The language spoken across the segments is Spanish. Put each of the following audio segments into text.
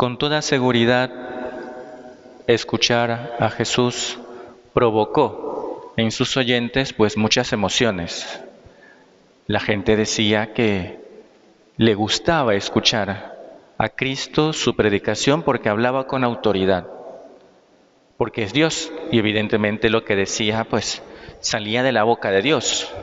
Con toda seguridad, escuchar a Jesús provocó en sus oyentes pues muchas emociones. La gente decía que le gustaba escuchar a Cristo su predicación porque hablaba con autoridad, porque es Dios y evidentemente lo que decía pues salía de la boca de Dios.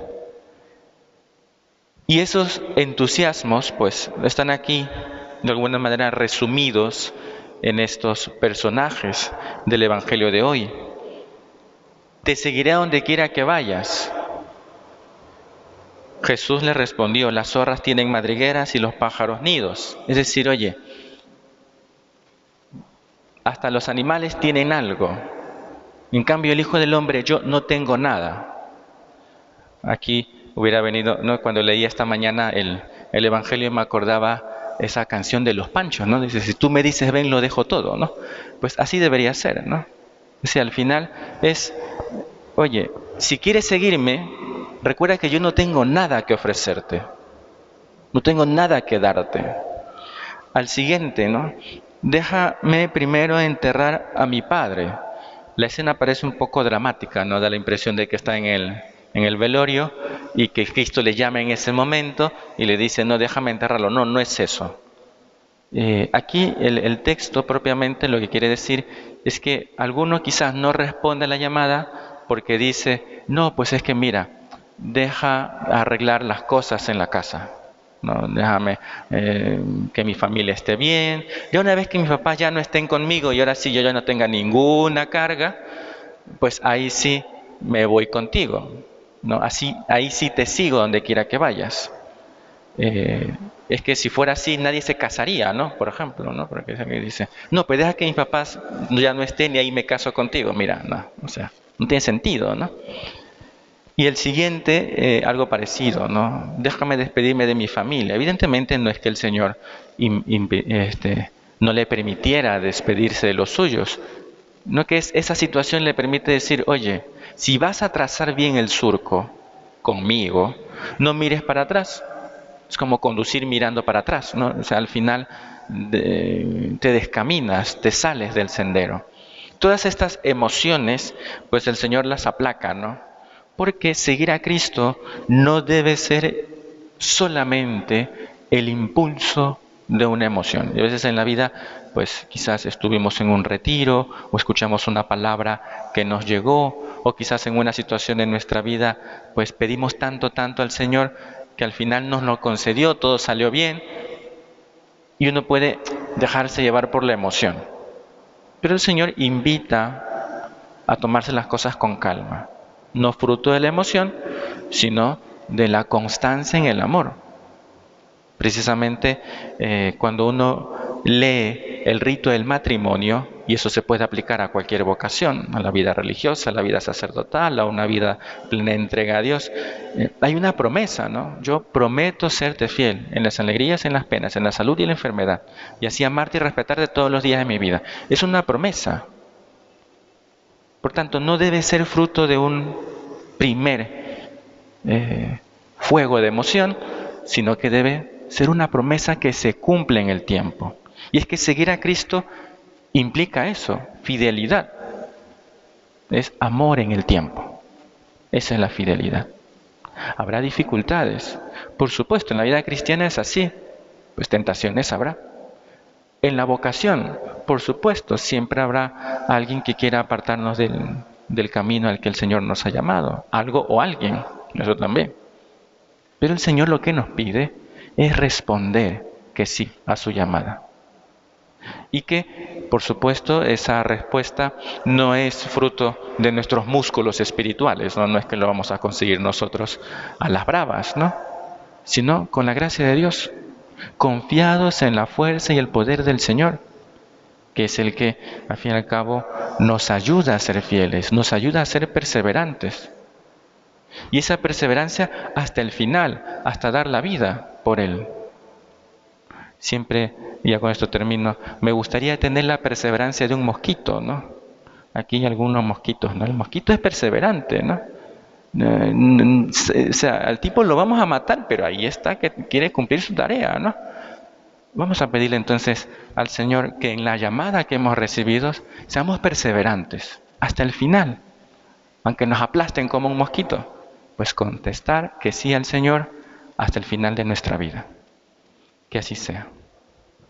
Y esos entusiasmos pues están aquí de alguna manera resumidos en estos personajes del Evangelio de hoy. Te seguiré a donde quiera que vayas. Jesús le respondió, las zorras tienen madrigueras y los pájaros nidos. Es decir, oye, hasta los animales tienen algo. En cambio, el Hijo del Hombre, yo no tengo nada. Aquí hubiera venido, ¿no? Cuando leía esta mañana el Evangelio me acordaba esa canción de los Panchos, ¿no? Dice, si tú me dices ven, lo dejo todo, ¿no? Pues así debería ser, ¿no? O sea, al final es, oye, si quieres seguirme, recuerda que yo no tengo nada que ofrecerte. No tengo nada que darte. Al siguiente, ¿no? Déjame primero enterrar a mi padre. La escena parece un poco dramática, ¿no? Da la impresión de que está en el velorio y que Cristo le llama en ese momento y le dice, no, déjame enterrarlo. No, no es eso. Aquí el texto propiamente lo que quiere decir es que alguno quizás no responde a la llamada porque dice, no, pues es que mira, deja arreglar las cosas en la casa. No, déjame que mi familia esté bien. Ya una vez que mis papás ya no estén conmigo y ahora sí yo ya no tenga ninguna carga, pues ahí sí me voy contigo. ¿No? Así, ahí sí te sigo donde quiera que vayas. Es que si fuera así nadie se casaría, ¿no? Por ejemplo, ¿no? Porque dice, no, pues deja que mis papás ya no estén y ahí me caso contigo. Mira, no, o sea, no tiene sentido, ¿no? Y el siguiente, algo parecido, ¿no? Déjame despedirme de mi familia. Evidentemente no es que el Señor no le permitiera despedirse de los suyos, no que esa situación le permite decir, oye, si vas a trazar bien el surco conmigo, no mires para atrás. Es como conducir mirando para atrás, ¿no? O sea, al final te descaminas, te sales del sendero. Todas estas emociones, pues el Señor las aplaca, ¿no? Porque seguir a Cristo no debe ser solamente el impulso de una emoción. Y a veces en la vida, pues quizás estuvimos en un retiro o escuchamos una palabra que nos llegó o quizás en una situación de nuestra vida, pues pedimos tanto, tanto al Señor que al final nos lo concedió, todo salió bien y uno puede dejarse llevar por la emoción. Pero el Señor invita a tomarse las cosas con calma, no fruto de la emoción, sino de la constancia en el amor. Precisamente cuando uno lee el rito del matrimonio, y eso se puede aplicar a cualquier vocación, a la vida religiosa, a la vida sacerdotal, a una vida plena de entrega a Dios, hay una promesa, ¿no? Yo prometo serte fiel en las alegrías, en las penas, en la salud y en la enfermedad, y así amarte y respetarte todos los días de mi vida. Es una promesa. Por tanto, no debe ser fruto de un primer fuego de emoción, sino que debe ser una promesa que se cumple en el tiempo. Y es que seguir a Cristo implica eso, fidelidad. Es amor en el tiempo. Esa es la fidelidad. Habrá dificultades. Por supuesto, en la vida cristiana es así. Pues tentaciones habrá. En la vocación, por supuesto, siempre habrá alguien que quiera apartarnos del camino al que el Señor nos ha llamado. Algo o alguien, eso también. Pero el Señor lo que nos pide es responder que sí a su llamada. Y que, por supuesto, esa respuesta no es fruto de nuestros músculos espirituales, ¿no? No es que lo vamos a conseguir nosotros a las bravas, ¿no? Sino con la gracia de Dios, confiados en la fuerza y el poder del Señor, que es el que, al fin y al cabo, nos ayuda a ser fieles, nos ayuda a ser perseverantes. Y esa perseverancia hasta el final, hasta dar la vida por Él. Siempre, ya con esto termino, me gustaría tener la perseverancia de un mosquito, ¿no? Aquí hay algunos mosquitos, ¿no? El mosquito es perseverante, ¿no? O sea, al tipo lo vamos a matar, pero ahí está, que quiere cumplir su tarea, ¿no? Vamos a pedirle entonces al Señor que en la llamada que hemos recibido seamos perseverantes hasta el final, aunque nos aplasten como un mosquito, pues contestar que sí al Señor hasta el final de nuestra vida. Que así sea.